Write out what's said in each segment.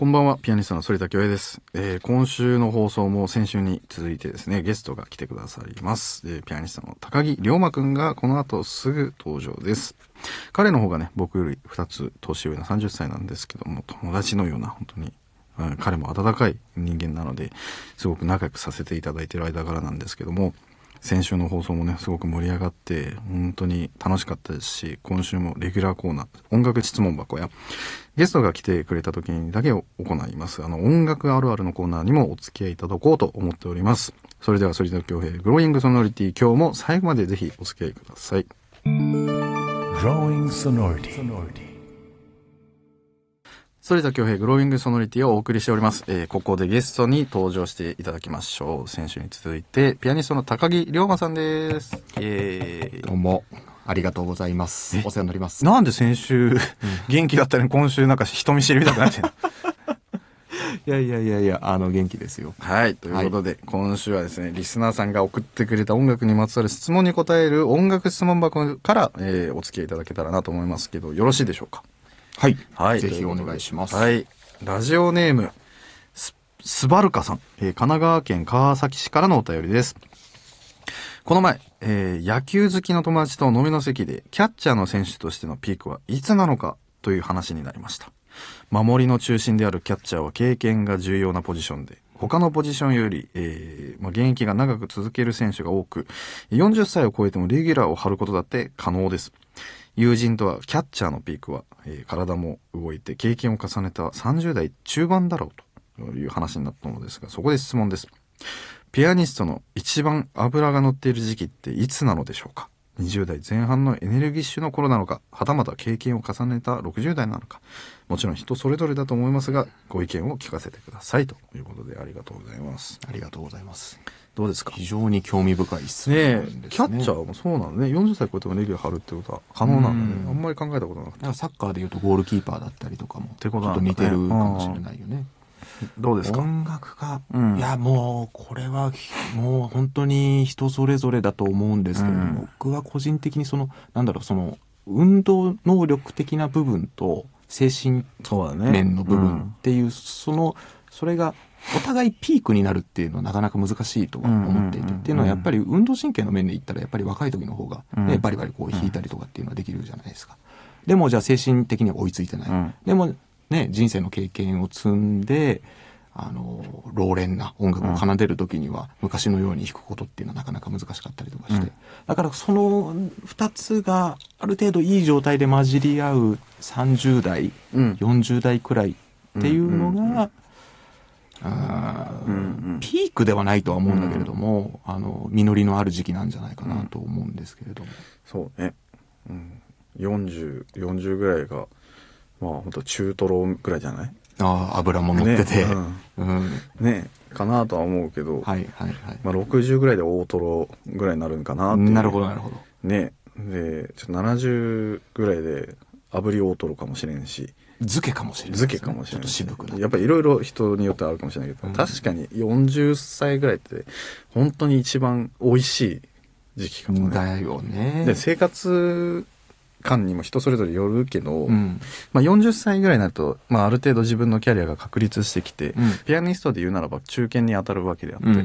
こんばんは、ピアニストの反田恭平です。今週の放送も先週に続いてですね、ゲストが来てくださります。ピアニストの高木龍馬くんがこの後すぐ登場です。彼の方がね、僕より2つ年上の30歳なんですけども、友達のような本当に、彼も温かい人間なので、すごく仲良くさせていただいている間柄なんですけども、先週の放送もね、すごく盛り上がって、本当に楽しかったですし、今週もレギュラーコーナー、音楽質問箱や、ゲストが来てくれた時にだけを行います。音楽あるあるのコーナーにもお付き合いいただこうと思っております。それでは、反田恭平、グローイングソノリティ、今日も最後までぜひお付き合いください。Growing Sonority。反田恭平グローイングソノリティをお送りしております。ここでゲストに登場していただきましょう。先週に続いてピアニストの高木龍馬さんです。 どうもありがとうございます。お世話になります。 なんで先週元気だったのに今週なんか人見知りみたくなってるいや元気ですよ。 はい、ということで、今週はですね、リスナーさんが送ってくれた音楽にまつわる質問に答える音楽質問箱から、お付き合いいただけたらなと思いますけど、よろしいでしょうか。 はい、ぜひお願いします。 はい。ラジオネーム、スバルカさん、神奈川県川崎市からのお便りです。この前、野球好きの友達と飲みの席で、キャッチャーの選手としてのピークはいつなのかという話になりました。守りの中心であるキャッチャーは経験が重要なポジションで、他のポジションより、現役が長く続ける選手が多く、40歳を超えてもレギュラーを張ることだって可能です。友人とはキャッチャーのピークは、体も動いて経験を重ねた30代中盤だろうという話になったのですが、そこで質問です。ピアニストの一番脂が乗っている時期っていつなのでしょうか。20代前半のエネルギッシュの頃なのか、はたまた経験を重ねた60代なのか、もちろん人それぞれだと思いますが、ご意見を聞かせてくださいということで、ありがとうございます。 ありがとうございます。 どうですか。 非常に興味深い質問ですね。 キャッチャーもそうなのね。40歳超えてもレギュラー張るってことは可能なんだね。あんまり考えたことなくて。 サッカーでいうとゴールキーパーだったりとかもちょっと似てるかもしれないよね。 どうですか。 音楽家、いやもうこれはもう本当に人それぞれだと思うんですけども、僕は個人的にその運動能力的な部分と精神面の部分っていう、それがお互いピークになるっていうのはなかなか難しいとは思っていて、っていうのはやっぱり運動神経の面で言ったらやっぱり若い時の方がね、バリバリこう弾いたりとかっていうのはできるじゃないですか。でもじゃあ精神的には追いついてない。でもね、人生の経験を積んで老練な音楽を奏でる時には昔のように弾くことっていうのはなかなか難しかったりとかして、だからその2つがある程度いい状態で混じり合う30代、40代くらいっていうのが、ピークではないとは思うんだけれども、実りのある時期なんじゃないかなと思うんですけれども、 そうね、40ぐらいがまあ本当中トロぐらいじゃない。 油も乗っててねかなとは思うけど、 まあ 60ぐらいで大トロぐらいになるんかなっていう。 なるほどね。でちょっと70ぐらいで炙り大トロかもしれんし、 漬けかもしれない、 ちょっと渋くなやっぱりいろいろ人によってあるかもしれないけど、確かに40歳ぐらいって本当に一番美味しい時期かもね。 だよね。 で生活感にも人それぞれよるけど、40歳ぐらいになると、ある程度自分のキャリアが確立してきて、ピアニストで言うならば中堅に当たるわけであって、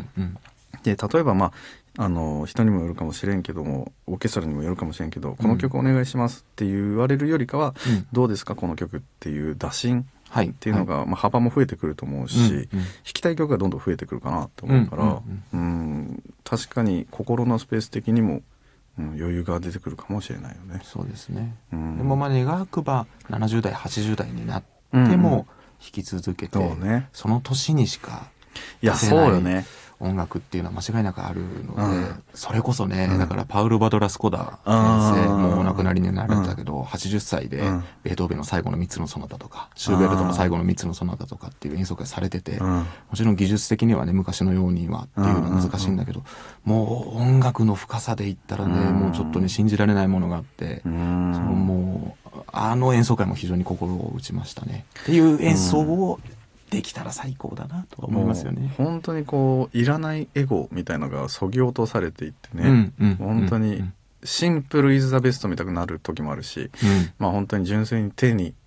で例えば人にもよるかもしれんけども、オーケストラにもよるかもしれんけど、この曲お願いしますって言われるよりかは、どうですかこの曲っていう打診っていうのが、幅も増えてくると思うし、弾きたい曲がどんどん増えてくるかなと思うから、確かに心のスペース的にも余裕が出てくるかもしれないよね。 そうですね。でも願くば70代80代になっても弾き続けて、その年にしか出せない音楽っていうのは間違いなくあるので、それこそね、だからパウル・バドラスコダ先生もお亡くなりになられたけど、80歳でベートーベンの最後の3つのソナタとかシューベルトの最後の3つのソナタとかっていう演奏会されてて、もちろん技術的にはね昔のようにはっていうのは難しいんだけど、もう音楽の深さで言ったらね、もうちょっとね信じられないものがあって、もう演奏会も非常に心を打ちましたねっていう演奏をできたら最高だなと思いますよね。 本当にこういらないエゴみたいなのがそぎ落とされていってね、本当にシンプルイズザベストみたくなる時もあるし、本当に純粋に手に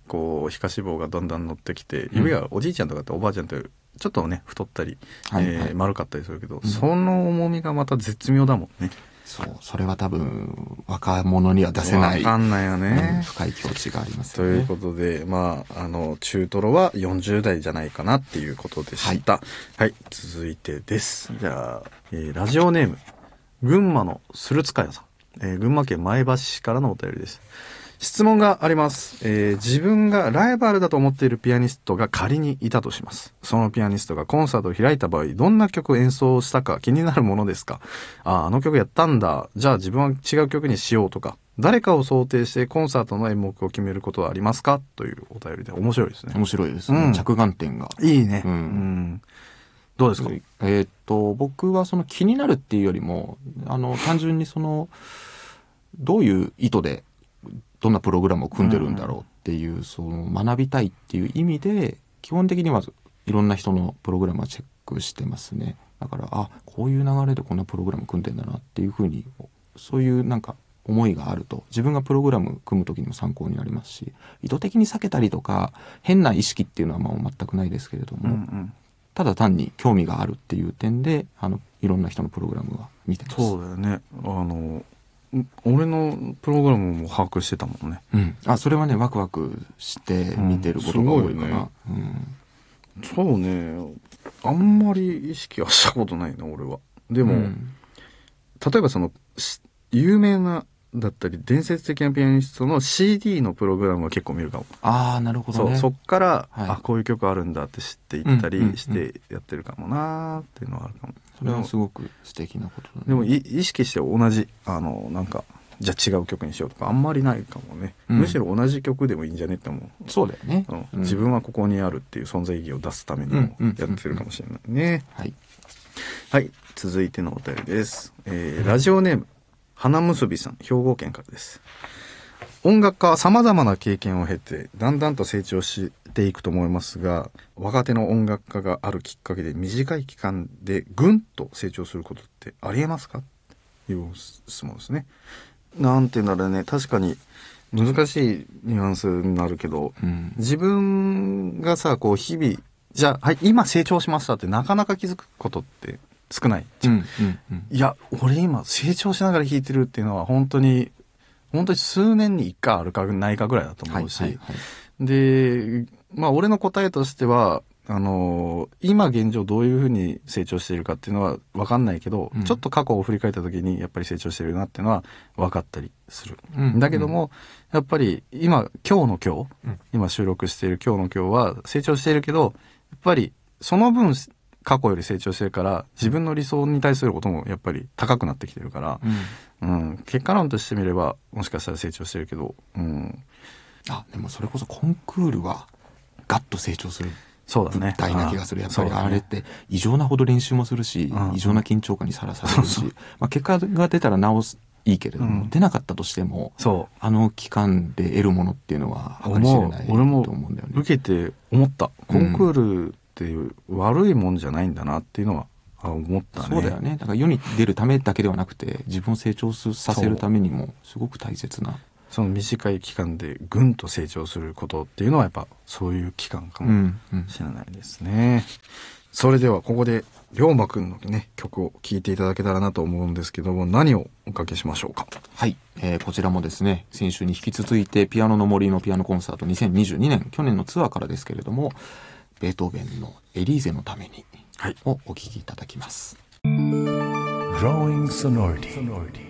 こう皮下脂肪がだんだん乗ってきて、指がおじいちゃんとかっておばあちゃんってちょっとね太ったり、丸かったりするけど、その重みがまた絶妙だもんね。 それは多分若者には出せない、 わかんないよね、 深い境地がありますよね。 ということで、中トロは40代じゃないかなっていうことでした。はい、続いてです。じゃあ、ラジオネーム群馬の鶴塚屋さん、群馬県前橋市からのお便りです。質問があります。自分がライバルだと思っているピアニストが仮にいたとします。そのピアニストがコンサートを開いた場合、どんな曲を演奏したか気になるものですか？あの曲やったんだ。じゃあ自分は違う曲にしようとか、誰かを想定してコンサートの演目を決めることはありますか？というお便りで面白いですね。 面白いですね。着眼点が。 いいね。どうですか？ 僕はその気になるっていうよりも、単純にどういう意図で、どんなプログラムを組んでるんだろうっていう、学びたいっていう意味で、基本的にはいろんな人のプログラムはチェックしてますね。だから、こういう流れでこんなプログラム組んでんだなっていうふうに、そういうなんか思いがあると、自分がプログラム組む時にも参考になりますし、意図的に避けたりとか、変な意識っていうのは全くないですけれども、ただ単に興味があるっていう点で、いろんな人のプログラムは見てます。 そうだよね。俺のプログラムも把握してたもんね。 それはね、ワクワクして見てることが多いかな。 そうね。あんまり意識はしたことないな、俺は。でも、例えば有名なだったり伝説的なピアニストの CD のプログラムは結構見るかも。 なるほどね。 そっから、こういう曲あるんだって知っていったりしてやってるかもなーっていうのはあるかも。 それはすごく素敵なことだね。 でも意識して同じなんかじゃあ違う曲にしようとかあんまりないかもね。むしろ同じ曲でもいいんじゃねって思う。 そうだよね。 自分はここにあるっていう存在意義を出すためにもやってるかもしれないね。はい、続いてのお便りです。ラジオネーム花結びさん、兵庫県からです。音楽家は様々な経験を経てだんだんと成長していくと思いますが、若手の音楽家があるきっかけで短い期間でぐんと成長することってありえますかという質問ですね。なんていうんだろうね、確かに難しいニュアンスになるけど、自分がさこう日々じゃあ、今成長しましたってなかなか気づくことって少ない。いや俺今成長しながら弾いてるっていうのは本当に数年に1回あるかないかぐらいだと思うし、で俺の答えとしては今現状どういうふうに成長しているかっていうのは分かんないけど、ちょっと過去を振り返った時にやっぱり成長してるなっていうのは分かったりする。だけどもやっぱり今日、今収録している今日は成長しているけど、やっぱりその分過去より成長してるから自分の理想に対することもやっぱり高くなってきてるから、結果論としてみればもしかしたら成長してるけど、 でもそれこそコンクールはガッと成長する。 そうだね。 大な気がする。やっぱりあれって異常なほど練習もするし、異常な緊張感にさらされるし、結果が出たらいいけれども、出なかったとしても、期間で得るものっていうのは計り知れないと思うんだよね。 受けて思った。コンクールって悪いもんじゃないんだなっていうのは思ったね。 そうだよね。だから世に出るためだけではなくて、自分を成長させるためにもすごく大切な。 その短い期間でぐんと成長することっていうのはやっぱそういう期間かもしれないですね。それではここで龍馬くんのね曲を聴いていただけたらなと思うんですけども、何をおかけしましょうか？ はい、こちらもですね、先週に引き続いてピアノの森のピアノコンサート2022年去年のツアーからですけれども、ベートーベンのエリーゼのためにをお聴きいただきます。 Growing Sonority